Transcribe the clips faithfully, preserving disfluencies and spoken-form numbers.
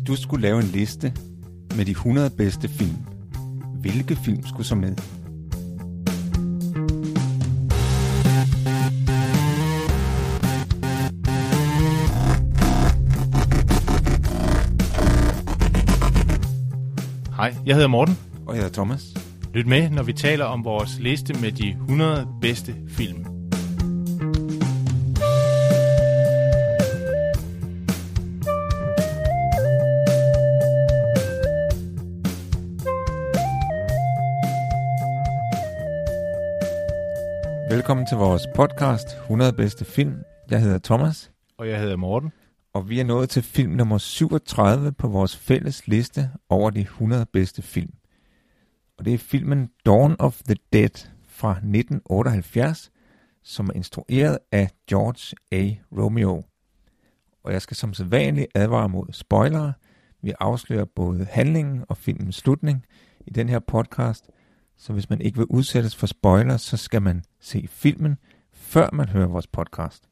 du skulle lave en liste med de hundrede bedste film, hvilke film skulle så med? Hej, jeg hedder Morten. Og jeg hedder Thomas. Lyt med, når vi taler om vores liste med de hundrede bedste film. Velkommen til vores podcast hundrede bedste film. Jeg hedder Thomas. Og jeg hedder Morten. Og vi er nået til film nummer syvogtredive på vores fælles liste over de hundrede bedste film. Og det er filmen Dawn of the Dead fra nitten otteoghalvfjerds, som er instrueret af George A. Romero. Og jeg skal som sædvanligt advare mod spoilere. Vi afslører både handlingen og filmens slutning i den her podcast. Så hvis man ikke vil udsættes for spoilers, så skal man se filmen, før man hører vores podcast.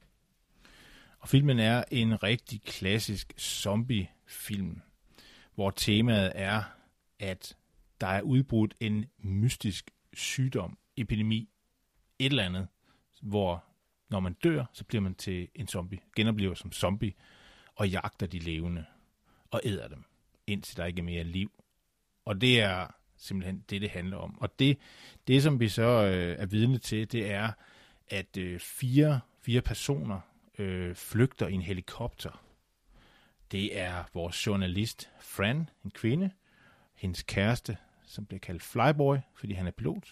Og filmen er en rigtig klassisk zombie-film, hvor temaet er, at der er udbrudt en mystisk sygdom, epidemi, et eller andet, hvor når man dør, så bliver man til en zombie, genoplever som zombie, og jagter de levende, og æder dem, indtil der ikke er mere liv. Og det er simpelthen det, det handler om. Og det, det som vi så øh, er vidne til, det er, at øh, fire, fire personer øh, flygter i en helikopter. Det er vores journalist, Fran, en kvinde, hendes kæreste, som bliver kaldt Flyboy, fordi han er pilot,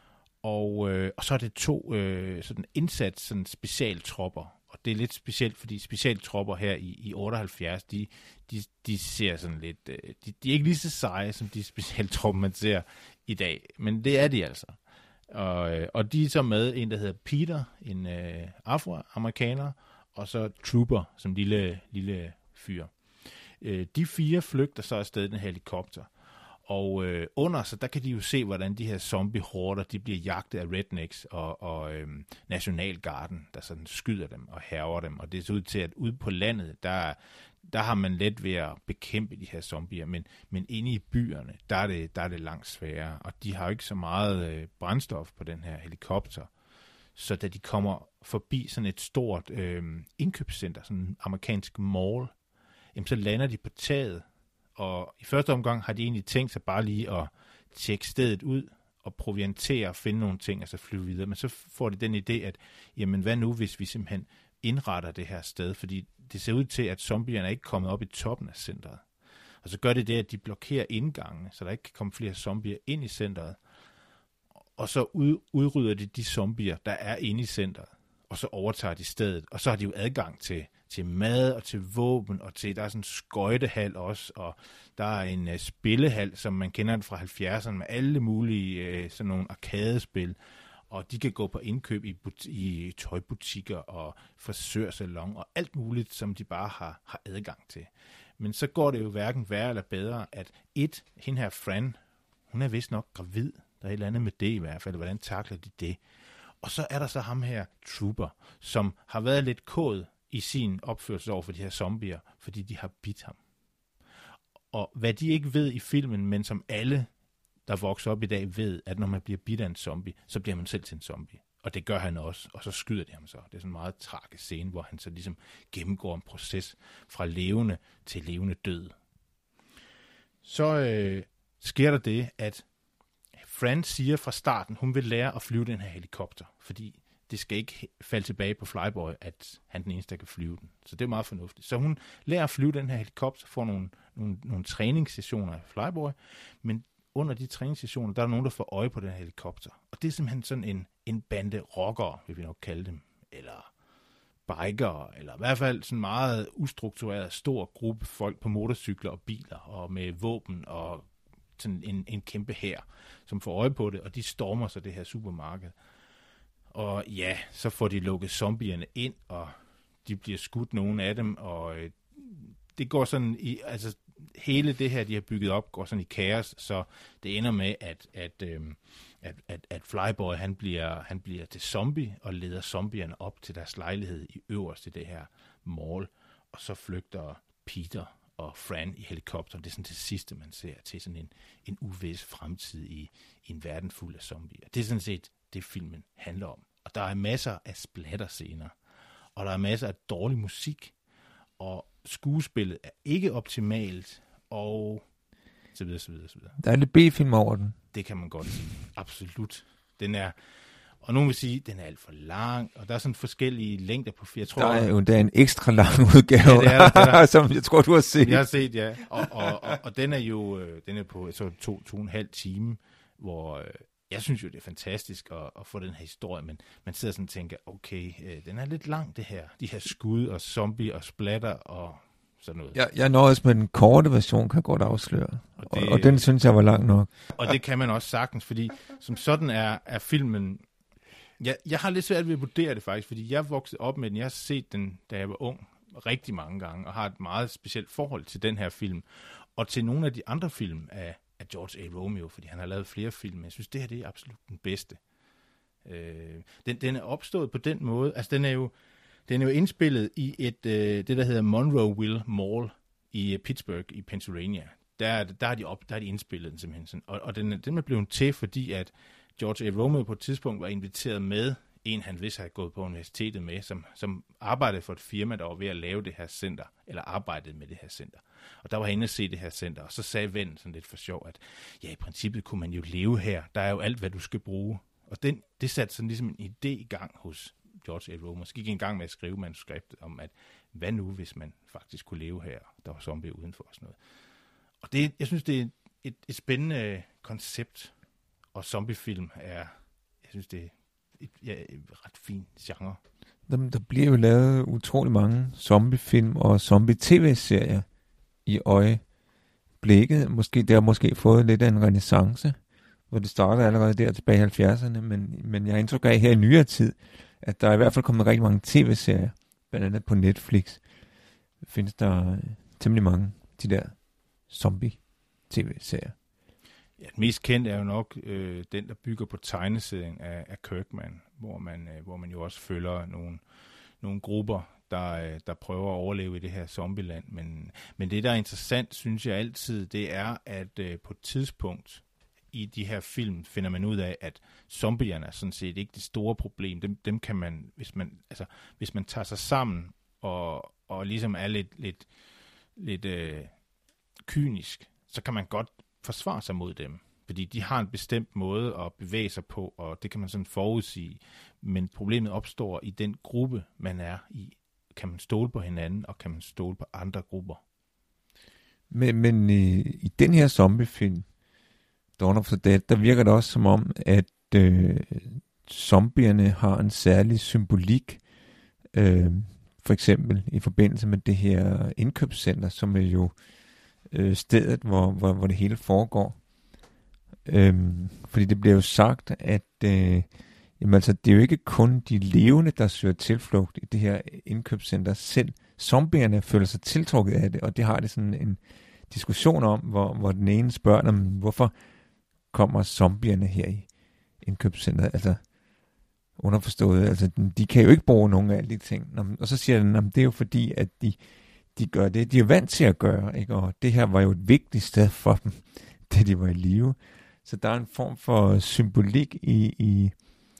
og, øh, og så er det to øh, sådan indsats, sådan specialtropper. Og det er lidt specielt, fordi specialtropper her i, i otteoghalvfjerds, de, de, de ser sådan lidt, øh, de, de er ikke lige så seje, som de specialtropper, man ser i dag. Men det er de altså. Og, øh, og de er så med en, der hedder Peter, en øh, afroamerikaner, og så Trooper, som lille, lille fyr. Øh, de fire flygter så afsted i den helikopter. Og øh, under sig, der kan de jo se, hvordan de her zombie-horder, de bliver jagtet af rednecks og, og øh, nationalgarden, der sådan skyder dem og hærger dem. Og det ser ud til, at ude på landet, der, der har man let ved at bekæmpe de her zombier. Men, men inde i byerne, der er, det, der er det langt sværere. Og de har jo ikke så meget øh, brændstof på den her helikopter. Så da de kommer forbi sådan et stort øh, indkøbscenter, sådan en amerikansk mall, jamen, så lander de på taget. Og i første omgang har de egentlig tænkt sig bare lige at tjekke stedet ud og proviantere og finde nogle ting, og så flyve videre. Men så får de den idé, at jamen hvad nu, hvis vi simpelthen indretter det her sted? Fordi det ser ud til, at zombierne er ikke kommet op i toppen af centret. Og så gør det det, at de blokerer indgangen, så der ikke kan komme flere zombier ind i centret. Og så ud, udrydder de de zombier, der er inde i centret. Og så overtager de stedet. Og så har de jo adgang til til mad og til våben, og til, der er sådan en skøjtehal også, og der er en uh, spillehal, som man kender den fra halvfjerdserne, med alle mulige uh, sådan nogle arkadespil, og de kan gå på indkøb i, but- i tøjbutikker og frisørsalon, og alt muligt, som de bare har, har adgang til. Men så går det jo hverken værre eller bedre, at et, hende her Fran, hun er vist nok gravid, der er et eller andet med det i hvert fald, hvordan takler de det? Og så er der så ham her, Trooper, som har været lidt kod i sin opførsel over for de her zombier, fordi de har bidt ham. Og hvad de ikke ved i filmen, men som alle, der vokser op i dag, ved, at når man bliver bidt af en zombie, så bliver man selv til en zombie. Og det gør han også, og så skyder de ham så. Det er sådan en meget tragisk scene, hvor han så ligesom gennemgår en proces fra levende til levende død. Så øh, sker der det, at Fran siger fra starten, hun vil lære at flyve den her helikopter, fordi det skal ikke falde tilbage på Flyboy, at han er den eneste, der kan flyve den. Så det er meget fornuftigt. Så hun lærer at flyve den her helikopter, får nogle, nogle, nogle træningssessioner af Flyboy, men under de træningssessioner, der er nogen, der får øje på den her helikopter. Og det er simpelthen sådan en, en bande rockere, vil vi nok kalde dem, eller bikere, eller i hvert fald sådan en meget ustruktureret, stor gruppe folk på motorcykler og biler, og med våben og sådan en, en kæmpe hær, som får øje på det, og de stormer så det her supermarked. Og ja, så får de lukket zombierne ind, og de bliver skudt, nogle af dem, og øh, det går sådan i, altså hele det her, de har bygget op, går sådan i kaos, så det ender med, at, at, øh, at, at, at Flyboy, han bliver, han bliver til zombie, og leder zombierne op til deres lejlighed i øverst i det her mall, og så flygter Peter og Fran i helikopteren. Det er sådan det sidste, man ser til sådan en, en uvis fremtid i, i en verden fuld af zombier. Det er sådan set det, filmen handler om. Og der er masser af splatterscener, og der er masser af dårlig musik, og skuespillet er ikke optimalt, og så videre, så videre, så videre. Der er lidt B-film over den. Det kan man godt sige. Absolut. Den er, og nogen vil sige, den er alt for lang, og der er sådan forskellige længder på film. Jeg tror, der er jo der er en ekstra lang udgave, ja, det er, det er. Som jeg tror, du har set. Jeg har set, ja. Og, og, og, og den er jo øh, den er på så to, to og en halv time, hvor øh, jeg synes jo, det er fantastisk at, at få den her historie, men man sidder sådan og tænker, okay, øh, den er lidt lang, det her. De her skud og zombie og splatter og sådan noget. Jeg, jeg nåede med den korte version, kan jeg godt afsløre. Og, det, og, og den synes jeg var lang nok. Og det kan man også sagtens, fordi som sådan er, er filmen... Jeg, jeg har lidt svært ved at vurdere det faktisk, fordi jeg voksede op med den. Jeg har set den, da jeg var ung, rigtig mange gange, og har et meget specielt forhold til den her film. Og til nogle af de andre film af, af George A. Romeo, fordi han har lavet flere film. Jeg synes, det her det er absolut den bedste. Øh, den, den er opstået på den måde. Altså, den er jo, den er jo indspillet i et, øh, det, der hedder Monroeville Mall i Pittsburgh i Pennsylvania. Der, der, har de op, der har de indspillet den simpelthen. Sådan. Og, og den, den er blevet til, fordi at George A. Romeo på et tidspunkt var inviteret med en, han vidste havde gået på universitetet med, som, som arbejdede for et firma, der var ved at lave det her center, eller arbejdede med det her center. Og der var han inde at se det her center, og så sagde vennen sådan lidt for sjov, at ja, i princippet kunne man jo leve her. Der er jo alt, hvad du skal bruge. Og den, det satte sådan ligesom en idé i gang hos George A. Romeo. Så gik en gang med at skrive manuskriptet om, at hvad nu, hvis man faktisk kunne leve her? Der var zombie udenfor og sådan noget. Og det, jeg synes, det er et, et spændende koncept. Og zombiefilm er, jeg synes, det er et, ja, et ret fint genre. Der, der bliver jo lavet utrolig mange zombiefilm og zombie-tv-serier i øjeblikket. Måske, det har måske fået lidt af en renaissance, hvor det startede allerede der tilbage i halvfjerdserne, men, men jeg har indtryk af her i nyere tid, at der er i hvert fald kommet rigtig mange tv-serier, blandt andet på Netflix. Findes der temmelig mange de der zombie-tv-serier. Ja, den mest kendte er jo nok øh, den, der bygger på tegneserien af, af Kirkman, hvor man, øh, hvor man jo også følger nogle, nogle grupper, der, øh, der prøver at overleve i det her zombieland. Men, men det, der er interessant, synes jeg altid, det er, at øh, på et tidspunkt i de her film finder man ud af, at zombierne er sådan set ikke det store problem. Dem, dem kan man, hvis man, altså, hvis man tager sig sammen og, og ligesom er lidt, lidt, lidt øh, kynisk, så kan man godt forsvare sig mod dem, fordi de har en bestemt måde at bevæge sig på, og det kan man sådan forudsige, men problemet opstår i den gruppe, man er i. Kan man stole på hinanden, og kan man stole på andre grupper? Men, men i, i den her zombiefilm, Dawn of the Dead, der virker det også som om, at øh, zombierne har en særlig symbolik, øh, for eksempel i forbindelse med det her indkøbscenter, som er jo øh, stedet, hvor, hvor, hvor det hele foregår. Øhm, fordi det bliver jo sagt, at øh, jamen, altså, det er jo ikke kun de levende, der søger tilflugt i det her indkøbscenter. Selv zombierne føler sig tiltrukket af det, og det har det sådan en diskussion om, hvor, hvor den ene spørger dem, hvorfor kommer zombierne her i indkøbscenteret? Altså underforstået, altså de kan jo ikke bruge nogen af alle de ting. Og så siger den, at det er jo fordi, at de, de gør det, de er vant til at gøre, ikke? Og det her var jo et vigtigt sted for dem, da de var i live. Så der er en form for symbolik i, i,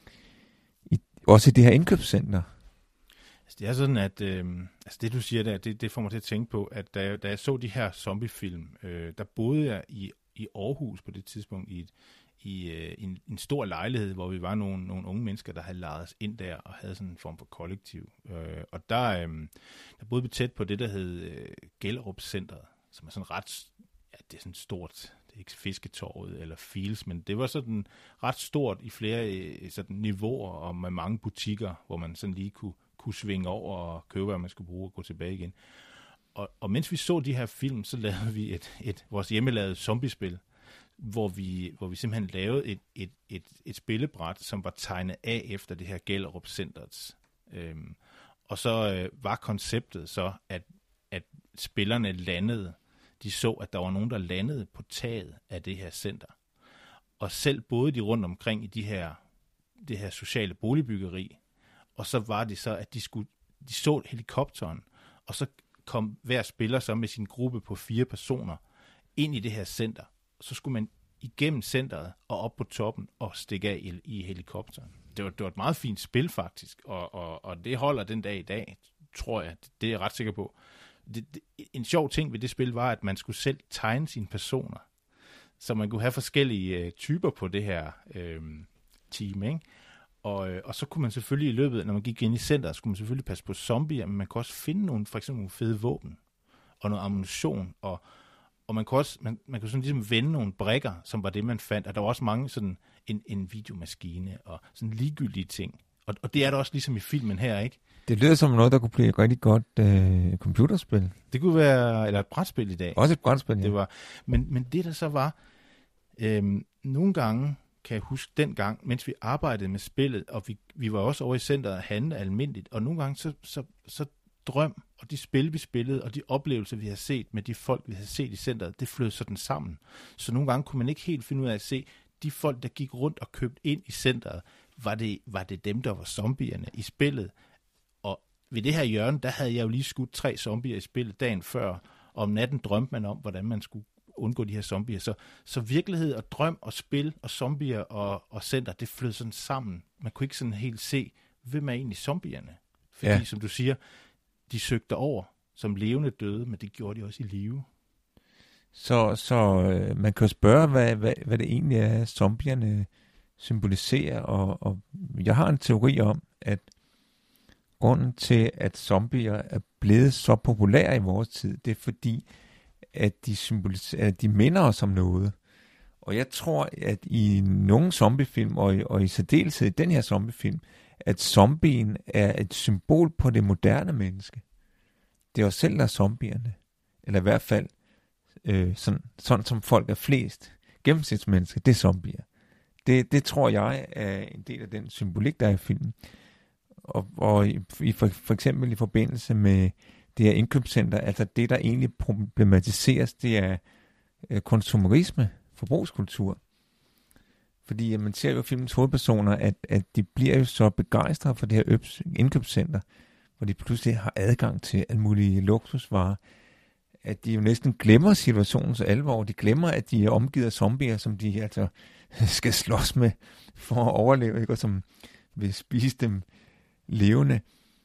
i også i det her indkøbscenter. Altså, det er sådan, at øh, altså det du siger der, det, det får mig til at tænke på, at da jeg, da jeg så de her zombiefilm, øh, der boede jeg i, i Aarhus på det tidspunkt i, et, i øh, en, en stor lejlighed, hvor vi var nogle, nogle unge mennesker, der havde lejet os ind der og havde sådan en form for kollektiv. Øh, og der, øh, der boede vi tæt på det, der hed øh, Gellerup Centret, som er sådan ret, ja, det er sådan stort. Det er ikke Fisketorvet eller Fields, men det var sådan ret stort i flere sådan niveauer og med mange butikker, hvor man sådan lige kunne, kunne svinge over og købe, hvad man skulle bruge og gå tilbage igen. Og, og mens vi så de her film, så lavede vi et, et vores hjemmelavede zombiespil, hvor vi, hvor vi simpelthen lavede et, et, et, et spillebræt, som var tegnet af efter det her Gellerup Centers. Øhm, og så øh, var konceptet så, at, at spillerne landede. De så, at der var nogen, der landede på taget af det her center. Og selv boede de rundt omkring i de her, det her sociale boligbyggeri. Og så var det så, at de, skulle, de så helikopteren, og så kom hver spiller så med sin gruppe på fire personer ind i det her center. Så skulle man igennem centeret og op på toppen og stikke af i, i helikopteren. Det var, det var et meget fint spil faktisk, og, og, og det holder den dag i dag, tror jeg. Det er jeg ret sikker på. Det, det, en sjov ting ved det spil var, at man skulle selv tegne sine personer. Så man kunne have forskellige øh, typer på det her øh, team, ikke? Og, øh, og så kunne man selvfølgelig i løbet, når man gik ind i centeret, så kunne man selvfølgelig passe på zombier, men man kunne også finde nogle, for eksempel nogle fede våben og noget ammunition, og, og man kunne også man, man kunne sådan ligesom vende nogle brikker, som var det, man fandt. Og der var også mange sådan en, en videomaskine og sådan ligegyldige ting. Og, og det er der også ligesom i filmen her, ikke? Det lyder som noget, der kunne blive et rigtig godt øh, computerspil. Det kunne være, eller et brætspil i dag. Også et brætspil, ja. Det var, men, men det der så var, øhm, nogle gange, kan jeg huske dengang, mens vi arbejdede med spillet, og vi, vi var også over i centeret og handle almindeligt, og nogle gange så, så, så drøm, og de spil, vi spillede, og de oplevelser, vi har set med de folk, vi har set i centeret, det flød sådan sammen. Så nogle gange kunne man ikke helt finde ud af at se, de folk, der gik rundt og købte ind i centeret, var det, var det dem, der var zombierne i spillet? Og ved det her hjørne, der havde jeg jo lige skudt tre zombier i spillet dagen før, og om natten drømte man om, hvordan man skulle undgå de her zombier. Så, så virkelighed og drøm og spil og zombier og, og center, det flød sådan sammen. Man kunne ikke sådan helt se, hvem er egentlig zombierne? Fordi, ja, som du siger, de søgte over som levende døde, men det gjorde de også i live. Så, så øh, man kan jo spørge, hvad, hvad, hvad det egentlig er, zombierne symboliserer, og, og jeg har en teori om, at grunden til, at zombier er blevet så populære i vores tid, det er fordi, at de, symboliserer, at de minder os om noget. Og jeg tror, at i nogle zombiefilm, og i, og i særdeleshed i den her zombiefilm, at zombien er et symbol på det moderne menneske. Det er os selv, der er zombierne. Eller i hvert fald, øh, sådan, sådan som folk er flest. Gennemsnitsmennesker, det er zombier. Det, det tror jeg er en del af den symbolik, der er i filmen. Og, og i, for, for eksempel i forbindelse med det her indkøbscenter, altså det, der egentlig problematiseres, det er øh, konsumerisme, forbrugskultur. Fordi man ser jo filmens hovedpersoner, at, at de bliver jo så begejstrede for det her øbs, indkøbscenter, hvor de pludselig har adgang til alle mulige luksusvarer, at de jo næsten glemmer situationens alvor. De glemmer, at de er omgivet af zombier, som de altså skal slås med for at overleve, ikke? Og som vil spise dem levende.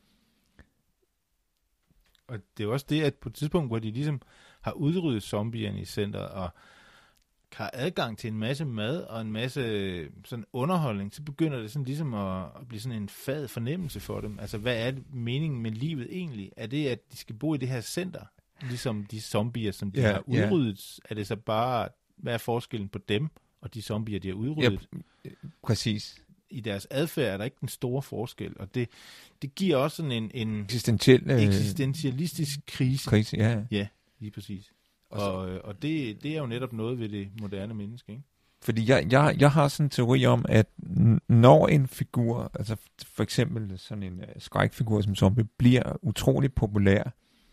Og det er også det, at på et tidspunkt, hvor de ligesom har udryddet zombierne i centret, og har adgang til en masse mad og en masse sådan underholdning, så begynder det sådan ligesom at, at blive sådan en fad fornemmelse for dem. Altså, hvad er meningen med livet egentlig? Er det, at de skal bo i det her center? Ligesom de zombier, som de yeah, har udryddet? Yeah. Er det så bare, hvad er forskellen på dem og de zombier, de har udryddet? Ja, præcis. I deres adfærd er der ikke den store forskel, og det, det giver også sådan en, en Eksistentiel, øh, eksistentialistisk krise. krise. Ja, ja, lige præcis. Og, og det, det er jo netop noget ved det moderne menneske, ikke? Fordi jeg, jeg, jeg har sådan en teori om, at når en figur, altså for eksempel sådan en uh, skrækfigur som zombie, bliver utrolig populær,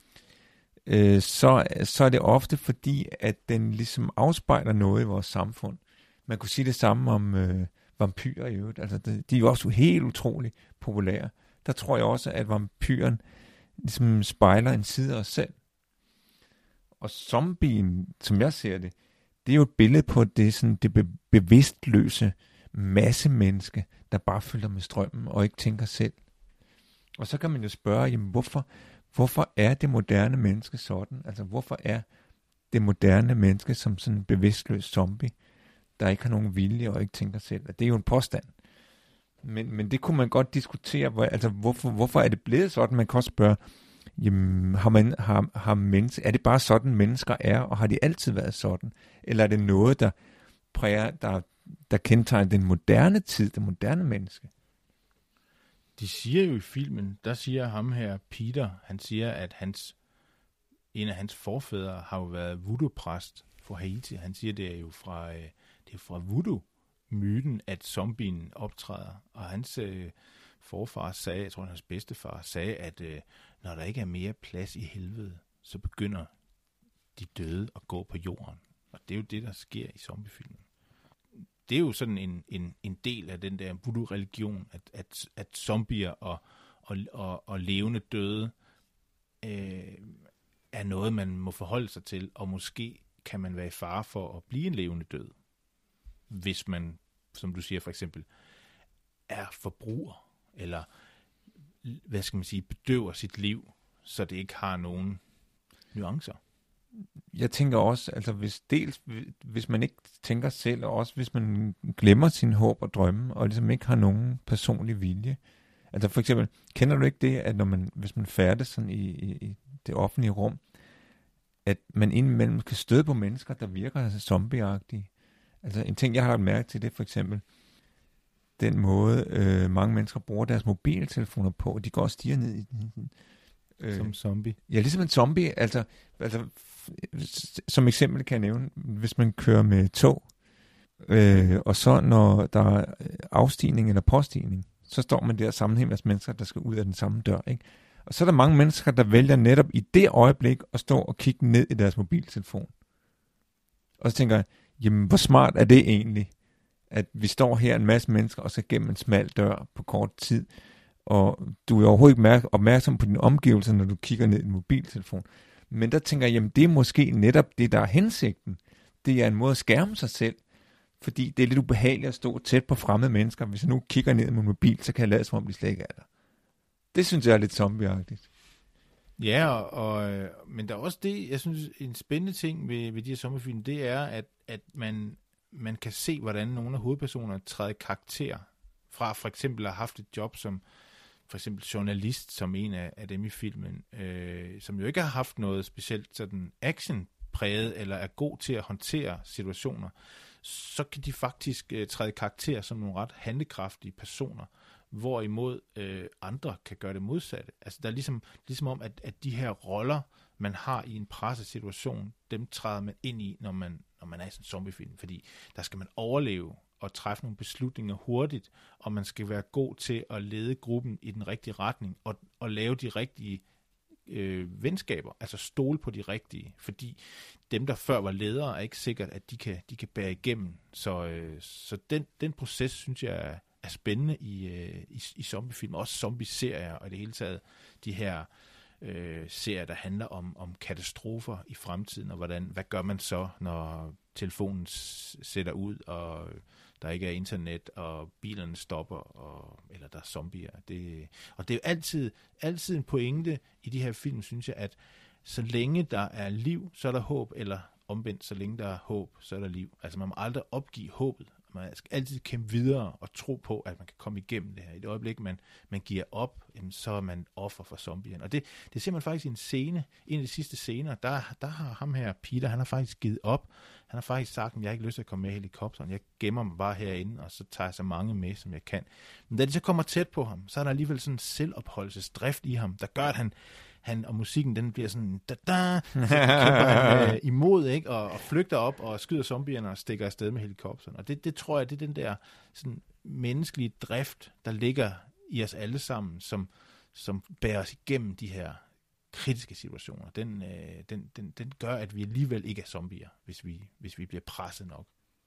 øh, så, så er det ofte fordi, at den ligesom afspejler noget i vores samfund. Man kunne sige det samme om øh, vampyrer i øvrigt. Altså, de, de er jo også helt utrolig populære. Der tror jeg også, at vampyren ligesom spejler en side af os selv. Og zombien, som jeg ser det, det er jo et billede på det, sådan, det be- bevidstløse massemenneske, der bare følger med strømmen og ikke tænker selv. Og så kan man jo spørge, jamen, hvorfor, hvorfor er det moderne menneske sådan? Altså, hvorfor er det moderne menneske som sådan en bevidstløs zombie, der ikke har nogen vilje og ikke tænker selv? Det er jo en påstand. Men, men det kunne man godt diskutere, hvor, altså, hvorfor, hvorfor er det blevet sådan? Man kan også spørge, jamen, har man, har, har menneske, er det bare sådan, mennesker er, og har de altid været sådan? Eller er det noget, der præger, der, der kendetegner den moderne tid, det moderne menneske? De siger jo i filmen, der siger ham her, Peter, han siger, at hans, en af hans forfædre har jo været voodoo-præst for Haiti. Han siger, det er jo fra, det er fra voodoo-myten, at zombien optræder. Og hans øh, forfar sagde, jeg tror hans bedstefar sagde, at øh, når der ikke er mere plads i helvede, så begynder de døde at gå på jorden. Og det er jo det, der sker i zombiefilmen. Det er jo sådan en, en, en del af den der voodoo-religion, at, at, at zombier og, og, og, og levende døde øh, er noget, man må forholde sig til, og måske kan man være i fare for at blive en levende død, hvis man, som du siger for eksempel, er forbruger, eller hvad skal man sige, bedøver sit liv, så det ikke har nogen nuancer. Jeg tænker også, altså hvis dels, hvis man ikke tænker selv, og også hvis man glemmer sin håb og drømme, og ligesom ikke har nogen personlig vilje. Altså for eksempel, kender du ikke det, at når man, hvis man færdes sådan i, i, i det offentlige rum, at man indimellem kan støde på mennesker, der virker altså zombieagtige. Altså en ting, jeg har lagt mærke til, det er for eksempel den måde, øh, mange mennesker bruger deres mobiltelefoner på, og de går og stiger ned i den. Øh, som zombie. Ja, ligesom en zombie. Altså, altså som eksempel kan jeg nævne, hvis man kører med tog, øh, og så når der er afstigning eller påstigning, så står man der sammenhæng med mennesker, der skal ud af den samme dør, ikke? Og så er der mange mennesker, der vælger netop i det øjeblik at stå og kigge ned i deres mobiltelefon. Og så tænker jeg, jamen hvor smart er det egentlig, at vi står her en masse mennesker, og så gennem en smal dør på kort tid, og du er overhovedet ikke opmærksom på dine omgivelser, når du kigger ned i din mobiltelefon. Men der tænker jeg, jamen det er måske netop det, der er hensigten. Det er en måde at skærme sig selv, fordi det er lidt ubehageligt at stå tæt på fremmede mennesker. Hvis jeg nu kigger ned i min mobil, så kan jeg lade som om de slet ikke er der. Det synes jeg er lidt zombieagtigt. Ja, og, og, men der er også det, jeg synes, en spændende ting ved, ved de her zombiefilm, det er, at, at man, man kan se, hvordan nogle af hovedpersonerne træder karakter fra for eksempel at have haft et job som for eksempel journalist, som en af, af dem i filmen, øh, som jo ikke har haft noget specielt sådan action-præget, eller er god til at håndtere situationer, så kan de faktisk øh, træde karakter som nogle ret handlekraftige personer, hvorimod øh, andre kan gøre det modsatte. Altså der er ligesom, ligesom om, at, at de her roller, man har i en pressesituation, dem træder man ind i, når man, når man er i sådan en zombiefilm, fordi der skal man overleve og træffe nogle beslutninger hurtigt, og man skal være god til at lede gruppen i den rigtige retning, og, og lave de rigtige øh, venskaber, altså stole på de rigtige, fordi dem, der før var ledere, er ikke sikkert, at de kan, de kan bære igennem. Så, øh, så den, den proces, synes jeg, er, er spændende i, øh, i, i zombiefilm, også zombie-serier, og i det hele taget de her øh, serier, der handler om, om katastrofer i fremtiden, og hvordan, hvad gør man så, når telefonen sætter ud, og der ikke er internet, og bilerne stopper, og, eller der er zombier. Det, og det er jo altid, altid en pointe i de her film, synes jeg, at så længe der er liv, så er der håb, eller omvendt, så længe der er håb, så er der liv. Altså man må aldrig opgive håbet. Man skal altid kæmpe videre og tro på, at man kan komme igennem det her. I det øjeblik, man, man giver op, så er man offer for zombien. Og det, det ser man faktisk i en scene, en af de sidste scener, der, der har ham her, Peter, han har faktisk givet op. Han har faktisk sagt, at jeg har ikke lyst til at komme med i helikopteren. Jeg gemmer mig bare herinde, og så tager jeg så mange med, som jeg kan. Men da de så kommer tæt på ham, så er der alligevel sådan en selvopholdelsesdrift i ham, der gør, at han, han og musikken, den bliver sådan, da-da, så kæmper han øh, imod, ikke? Og, og flygter op og skyder zombierne og stikker afsted med helikopteren. Og det, det tror jeg, det er den der sådan menneskelige drift, der ligger i os alle sammen, som, som bærer os igennem de her kritiske situationer. Den, øh, den, den, den gør, at vi alligevel ikke er zombier, hvis vi, hvis vi bliver presset nok.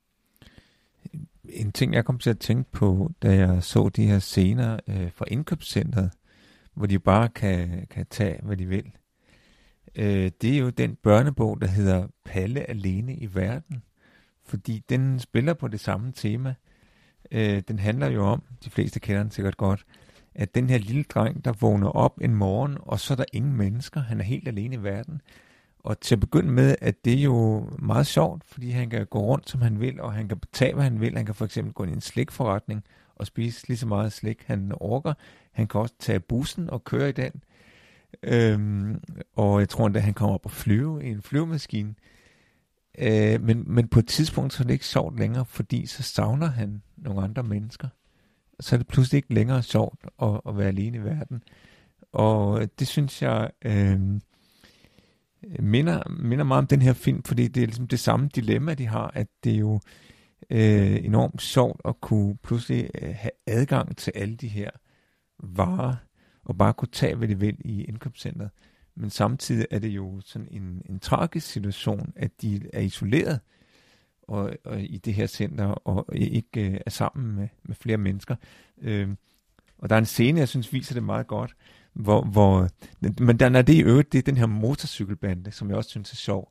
En ting, jeg kom til at tænke på, da jeg så de her scener øh, fra indkøbscentret, hvor de bare kan, kan tage, hvad de vil. Øh, det er jo den børnebog, der hedder Palle alene i verden, fordi den spiller på det samme tema. Øh, den handler jo om, de fleste kender den sikkert godt, at den her lille dreng, der vågner op en morgen, og så er der ingen mennesker, han er helt alene i verden. Og til at begynde med, at det er jo meget sjovt, fordi han kan gå rundt, som han vil, og han kan tage, hvad han vil. Han kan for eksempel gå ind i en slikforretning og spise lige så meget slik, han orker. Han kan også tage bussen og køre i den. Øhm, og jeg tror endda, han kommer op og flyve i en flyvemaskine. Øh, men, men på et tidspunkt, så er det ikke sjovt længere, fordi så savner han nogle andre mennesker. Så er det pludselig ikke længere sjovt at, at være alene i verden. Og det synes jeg øh, minder, minder meget om den her film, fordi det er ligesom det samme dilemma, de har, at det er jo øh, enormt sjovt at kunne pludselig øh, have adgang til alle de her varer, og bare kunne tage, hvad de vil i indkøbscentret. Men samtidig er det jo sådan en, en tragisk situation, at de er isoleret og, og i det her center, og ikke øh, er sammen med, med flere mennesker. Øh, og der er en scene, jeg synes viser det meget godt, hvor, hvor, men der, når det i øvrigt, det er den her motorcykelbande, som jeg også synes er sjov,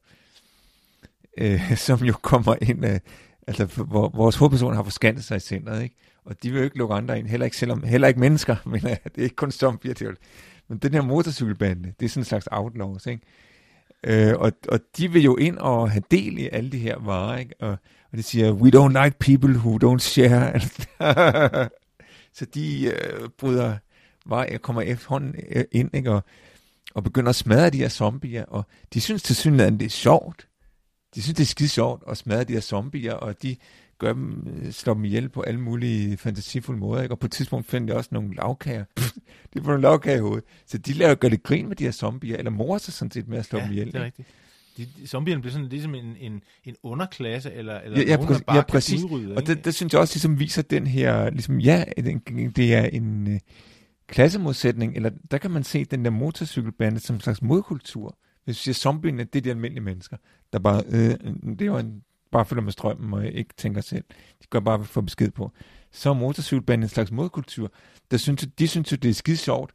øh, som jo kommer ind, øh, altså hvor vores hovedpersoner har forskantet sig i centret, ikke? Og de vil jo ikke lukke andre ind, heller ikke, selvom, heller ikke mennesker, men øh, det er ikke kun zombier, det er jo, men den her motorcykelbande, det er sådan en slags outlaws, ikke? Øh, og, og de vil jo ind og have del i alle de her varer, ikke? Og, og de siger, we don't like people who don't share. Så de øh, bryder varer, kommer efterhånden ind, ikke? Og, og begynder at smadre de her zombier, og de synes til synligheden, det er sjovt. De synes, det er skide sjovt at smadre de her zombier, og de gør dem, slår dem ihjel på alle mulige fantasifulde måder, ikke? Og på et tidspunkt finder de også nogle lavkager. De får nogle lavkager i hovedet. Så de laver gør lidt grin med de her zombier, eller morer sig sådan set med at slå ja, dem ihjel. det er rigtigt. De, de, zombierne bliver sådan ligesom en, en, en underklasse, eller, eller ja, ja, nogen, præ- der bare ja, kan præcis. udrydde. Og det, det synes jeg også ligesom viser den her, ligesom, ja, det er en øh, klassemodsætning, eller der kan man se den der motorcykelbande som en slags modkultur. Hvis vi siger zombierne, det er de almindelige mennesker, der bare, øh, det er jo en, bare følger med strømmen og ikke tænker selv. De gør bare, hvad få besked på. Så er motorcykelbanden en slags modkultur. Der synes, de synes jo, det er skide sjovt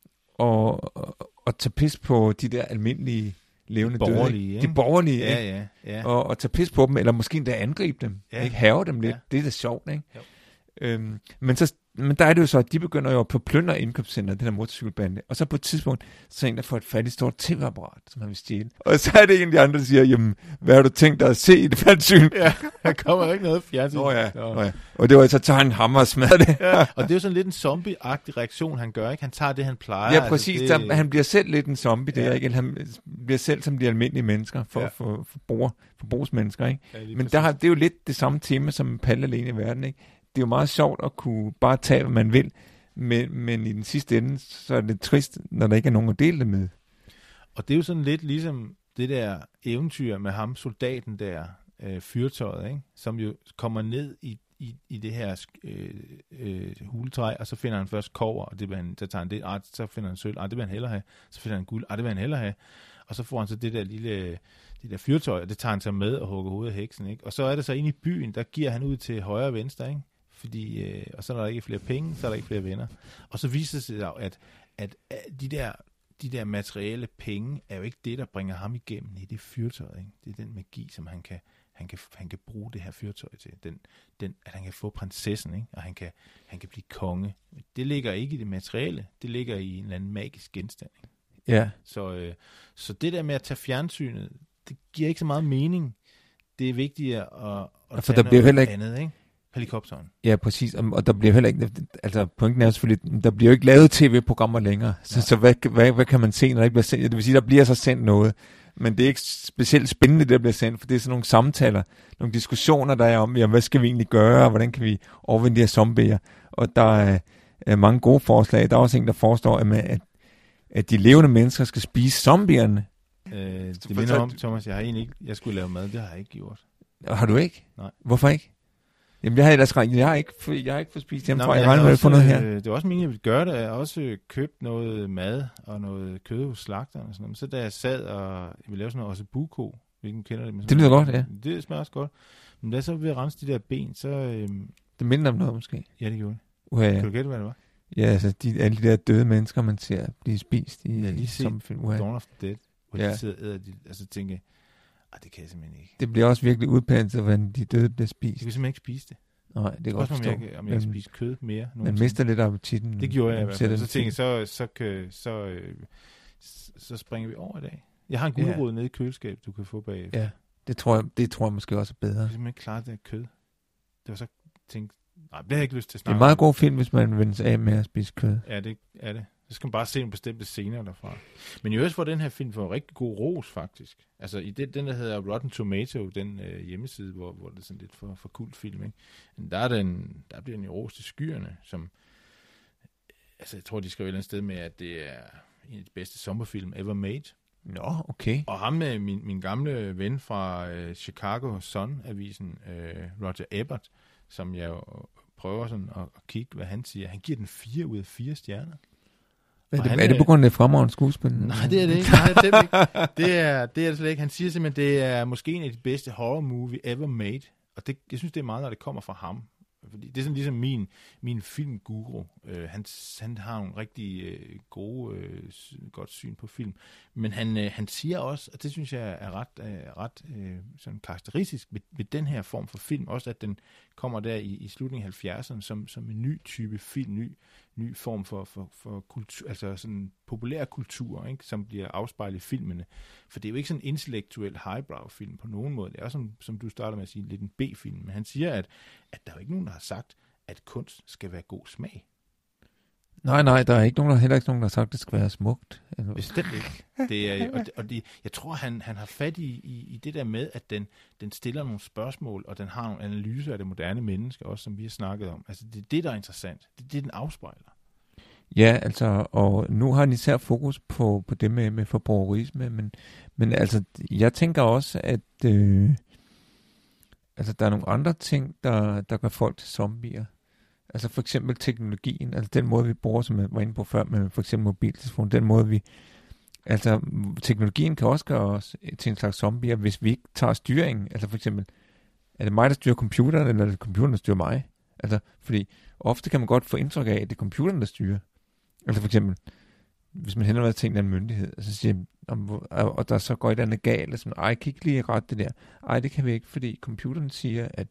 at, at tage pis på de der almindelige levende de borgerlige, døde. De borgerlige, ja, ikke? ja, ja. Og, og tage pis på dem, eller måske endda angribe dem. Ja. Ikke? Have dem lidt. Ja. Det er da sjovt, ikke? Jo. Øhm, men, så, men der er det jo så, at de begynder jo på plønder indkøbscenter, den her motorcykelbande. Og så på et tidspunkt, så er en, der får et fattigt stort tv-apparat, som han vil stjæle. Og så er det en af de andre, der siger, jamen, hvad har du tænkt dig at se i det fjernsyn? Ja, der kommer jo ikke noget fjernsyn. Nå ja, Nå ja. Og det var så, tager han hammer og smadrer det. Ja, og det er jo sådan lidt en zombie-agtig reaktion, han gør, ikke? Han tager det, han plejer. Ja, præcis. Altså, det... der, han bliver selv lidt en zombie, ja. der, ikke? Eller han bliver selv som de almindelige mennesker, for, ja. for, for, for, for brugsmennesker, ikke? Ja, men der har, det er jo lidt det samme tema, som Palle alene i verden, ikke? Det er jo meget sjovt at kunne bare tage, hvad man vil, men, men i den sidste ende, så er det trist, når der ikke er nogen at dele det med. Og det er jo sådan lidt ligesom det der eventyr med ham, soldaten der, øh, fyrtøjet, ikke? Som jo kommer ned i, i, i det her øh, øh, huletræ, og så finder han først kobber, og det vil han, så tager han det, ah, så finder han sølv, ah, det vil han hellere have, så finder han guld, ah, det vil han hellere have, og så får han så det der lille, det der fyrtøj, og det tager han så med og hugger hovedet af heksen, ikke? Og så er det så inde i byen, der giver han ud til højre og venstre, ikke? Fordi, øh, og så er der ikke flere penge, så er der ikke flere venner. Og så viser det sig jo, at, at, at de, der, de der materielle penge er jo ikke det, der bringer ham igennem i det fyrtøj. Ikke? Det er den magi, som han kan, han kan, han kan bruge det her fyrtøj til. Den, den, at han kan få prinsessen, ikke? Og han kan, han kan blive konge. Det ligger ikke i det materielle, det ligger i en eller anden magisk genstand. Ikke? Ja. Så, øh, så det der med at tage fjernsynet, det giver ikke så meget mening. Det er vigtigere at, at for tage der bliver noget ikke... andet, ikke? Helikopteren. Ja, præcis. Og der bliver heller ikke, altså pointen er selvfølgelig, der bliver jo ikke lavet tv-programmer længere. Så, så hvad, hvad, hvad kan man se, når der ikke bliver sendt? Det vil sige, der bliver så sendt noget, men det er ikke specielt spændende, det der bliver sendt, for det er sådan nogle samtaler, nogle diskussioner, der er om, ja, hvad skal vi egentlig gøre, og hvordan kan vi overvinde de her zombier? Og der er, er mange gode forslag. Der er også en, der forestår, at, at, at de levende mennesker skal spise zombierne. Øh, det minder om, Thomas, jeg har egentlig ikke, jeg skulle lave mad, det har jeg ikke gjort. Har du ikke? Nej. Hvorfor ikke? Jamen, jeg har ellers jeg har ikke, jeg har ikke fået spist hjemme, tror jeg. Jeg regner med at få noget her. Det var også meningen, jeg ville gøre det. Jeg har også købt noget mad og noget kød hos slagteren og sådan noget. Så da jeg sad og jeg ville lave sådan noget ossobuco, hvilken kender det? Det lyder godt, ja. Det smager også godt. Men da jeg så ville rense de der ben, så... Øhm, det minder om noget, måske. Ja, det gjorde det. Uha, ja. Kan du gætte, hvad det var? Ja, altså de, alle de der døde mennesker, man ser blive spist i... Ja, lige som set Dawn of the Dead, hvor ja. de sidder og æder, de, altså tænker, ah, det kan jeg simpelthen ikke. Det bliver også virkelig udpændt, hvordan de døde bliver spist. Jeg kan simpelthen ikke spise det. Nej, det kan godt forstå. Om jeg, om jeg kan spise kød mere. Man mister lidt appetitten. Det gjorde jeg i hvert fald. Så tænkte jeg, så, så, så, så, øh, så springer vi over i dag. Jeg har en gulerod ja. nede i køleskabet, du kan få bagefter. Ja, det tror jeg, det tror jeg måske også er bedre. Jeg kan simpelthen ikke klare det af kød. Det var så tænkt, nej, det har jeg ikke lyst til at snakke. Det er en meget god film, hvis man vender sig af med at spise kød. Ja, det er det. Så skal man bare se nogle bestemte scener derfra. Men i øvrigt får den her film for en rigtig god ros, faktisk. Altså, i den, den der hedder Rotten Tomato, den øh, hjemmeside, hvor, hvor det er sådan lidt for, for kult film, ikke? Men der, er den, der bliver den jo ros til skyerne, som... Altså, jeg tror, de skrev et eller andet sted med, at det er en af de bedste sommerfilm ever made. Nå, okay. Og ham med min, min gamle ven fra øh, Chicago Sun-avisen, øh, Roger Ebert, som jeg jo prøver sådan at, at kigge, hvad han siger. Han giver den fire ud af fire stjerner. Er det, han, er det på grund af det fremragende skuespil? Nej, det er det ikke. Nej, det, er det, ikke. Det, er, det er det slet ikke. Han siger simpelthen, at det er måske en af de bedste horror movie ever made. Og det, jeg synes, det er meget, når det kommer fra ham. Fordi det er sådan ligesom min, min filmguru. Øh, han, han har en rigtig øh, gode, øh, godt syn på film. Men han, øh, han siger også, og det synes jeg er ret, øh, ret øh, sådan karakteristisk ved, ved den her form for film, også at den kommer der i, i slutningen af halvfjerdserne som, som en ny type film, ny, ny form for, for, for kultur, altså sådan populær kultur, ikke, som bliver afspejlet i filmene. For det er jo ikke sådan en intellektuel highbrow-film på nogen måde. Det er også, som, som du starter med at sige, lidt en B-film. Men han siger, at, at der er jo ikke nogen, der har sagt, at kunst skal være god smag. Nej, nej, der er ikke nogen, der, heller ikke nogen, der har sagt, at det skal være smukt. Bestemt ikke. Det er, og det, og det, jeg tror, han, han har fat i, i, i det der med, at den, den stiller nogle spørgsmål, og den har nogle analyser af det moderne menneske, også som vi har snakket om. Altså, det er det, der er interessant. Det er det, den afspejler. Ja, altså, og nu har han især fokus på, på det med, med forbrugerisme, men, men altså, jeg tænker også, at øh, altså, der er nogle andre ting, der, der gør folk til zombier. Altså for eksempel teknologien, altså den måde, vi bruger, som jeg var inde på før, med for eksempel mobiltelefon, den måde, vi... Altså, teknologien kan også gøre os til en slags zombier, hvis vi ikke tager styringen. Altså for eksempel, er det mig, der styrer computeren, eller er det computeren, der styrer mig? Altså, fordi ofte kan man godt få indtryk af, at det er computeren, der styrer. Altså for eksempel, hvis man henvender til en eller anden myndighed, og så siger og der så går et eller andet galt, og sådan, ej, kan ikke lige ret det der. Ej, det kan vi ikke, fordi computeren siger, at...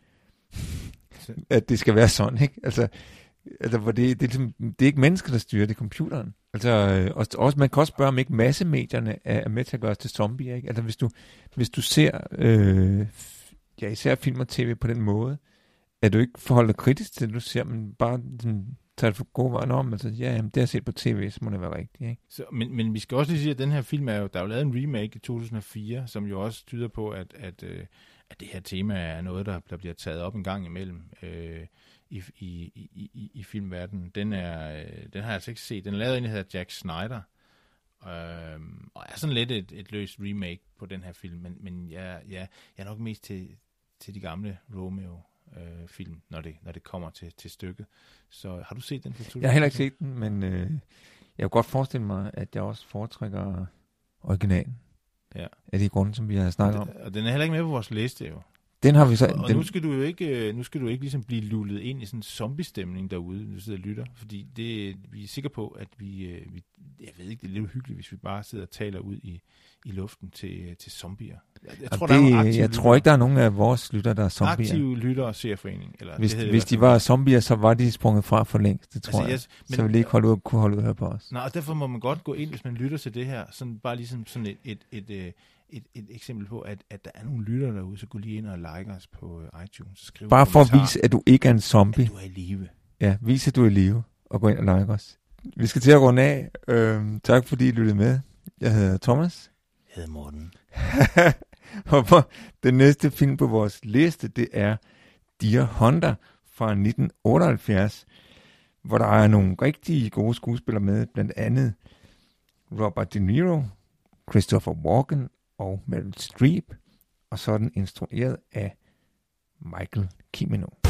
at det skal være sådan, ikke? Altså, altså hvor det, det, er ligesom, det er ikke mennesker, der styrer, det er computeren. Altså, også, også, man kan også spørge, om ikke massemedierne er, er med til at gøre os til zombier, ikke? Altså, hvis du, hvis du ser, øh, ja, især film og tv på den måde, er du ikke forholdt dig kritisk til det, du ser, men bare sådan, tager det for gode vejen om, altså, ja, jamen, det har jeg set på tv, så må det være rigtigt, ikke? Så, men, men vi skal også lige sige, at den her film er jo, der er jo lavet en remake i to tusind og fire, som jo også tyder på, at, at øh, at det her tema er noget, der, der bliver taget op en gang imellem øh, i, i, i, i, i filmverdenen. Den, er, øh, den har jeg altså ikke set. Den er lavet en, der hedder Jack Snyder, øh, og er sådan lidt et, et løst remake på den her film, men, men jeg, jeg, jeg er nok mest til, til de gamle Romeo-film, øh, når, det, når det kommer til, til stykket. Så har du set den? For jeg har heller ikke set den, men øh, jeg kan godt forestille mig, at jeg også foretrækker originalen. Ja. Af de grunde, som vi har snakket om. Og den er heller ikke med på vores liste, jo. Den har vi så... Og den... nu skal du jo ikke, nu skal du ikke ligesom blive lullet ind i sådan en zombie-stemning derude, når du sidder og lytter. Fordi det, vi er sikre på, at vi, vi... Jeg ved ikke, det er lidt uhyggeligt, hvis vi bare sidder og taler ud i, i luften til, til zombier. Jeg, jeg, tror, det, der er jeg lytter. tror ikke, der er nogen af vores lytter, der er zombier. Aktive lytter og seerforening. Eller hvis det hvis de var zombier, så var de sprunget fra for længst, det tror altså, jeg. Yes, men, så ville de ikke holde ud, kunne holde ud her på os. Nej, og derfor må man godt gå ind, hvis man lytter til det her, sådan bare ligesom sådan et... et, et, et Et, et eksempel på, at, at der er nogle lytter derude, så gå lige ind og like os på uh, iTunes. Skriv bare for at vise, at du ikke er en zombie. At du er i live. Ja, vise, at du er i live, og gå ind og like os. Vi skal til at runde af. Øhm, tak fordi I lyttede med. Jeg hedder Thomas. Jeg hedder Morten. Og for den næste film på vores liste, det er Deer Hunter fra nitten otteoghalvfjerds, hvor der er nogle rigtig gode skuespillere med, blandt andet Robert De Niro, Christopher Walken og Meryl Streep, og så er den instrueret af Michael Cimino.